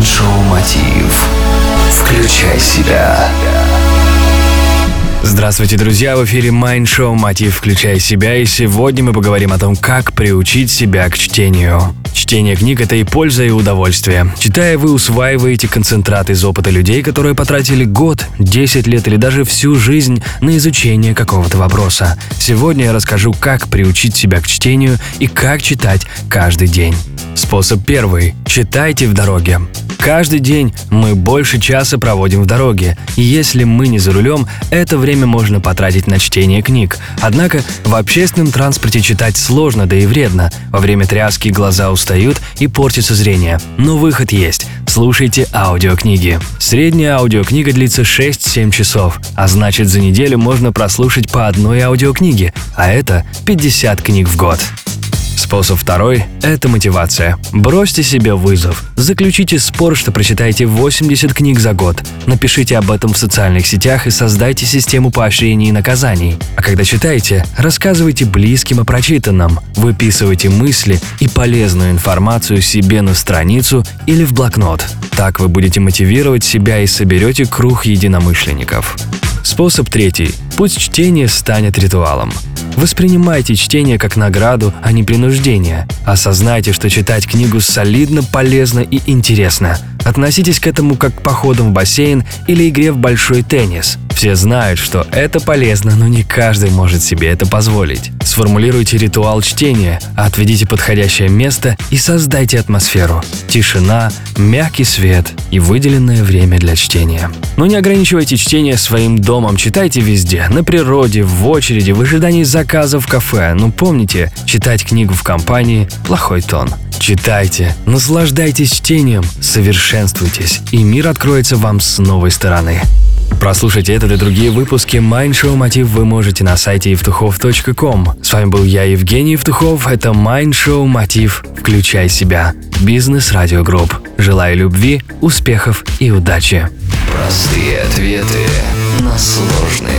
Майншоу Мотив. Включай себя. Здравствуйте, друзья! В эфире Майншоу Мотив «Включай себя», и сегодня мы поговорим о том, как приучить себя к чтению. Чтение книг – это и польза, и удовольствие. Читая, вы усваиваете концентрат из опыта людей, которые потратили год, 10 лет или даже всю жизнь на изучение какого-то вопроса. Сегодня я расскажу, как приучить себя к чтению и как читать каждый день. Способ первый. Читайте в дороге. Каждый день мы больше часа проводим в дороге, и если мы не за рулем, это время можно потратить на чтение книг. Однако в общественном транспорте читать сложно, да и вредно. Во время тряски глаза устают и портится зрение. Но выход есть. Слушайте аудиокниги. Средняя аудиокнига длится 6-7 часов, а значит, за неделю можно прослушать по одной аудиокниге, а это 50 книг в год. Способ второй – это мотивация. Бросьте себе вызов. Заключите спор, что прочитаете 80 книг за год. Напишите об этом в социальных сетях и создайте систему поощрений и наказаний. А когда читаете, рассказывайте близким о прочитанном. Выписывайте мысли и полезную информацию себе на страницу или в блокнот. Так вы будете мотивировать себя и соберете круг единомышленников. Способ третий. Пусть чтение станет ритуалом. Воспринимайте чтение как награду, а не принуждение. Осознайте, что читать книгу солидно, полезно и интересно. Относитесь к этому как к походам в бассейн или игре в большой теннис. Все знают, что это полезно, но не каждый может себе это позволить. Сформулируйте ритуал чтения, отведите подходящее место и создайте атмосферу. Тишина, мягкий свет и выделенное время для чтения. Но не ограничивайте чтение своим домом, читайте везде, на природе, в очереди, в ожидании заказа в кафе. Но помните, читать книгу в компании – плохой тон. Читайте, наслаждайтесь чтением, совершенствуйтесь, и мир откроется вам с новой стороны. Прослушать этот и другие выпуски Майншоу Мотив вы можете на сайте evtuchov.com. С вами был я, Евгений Евтухов. Это Майншоу Мотив. Включай себя. Бизнес Радио Групп. Желаю любви, успехов и удачи. Простые ответы на сложные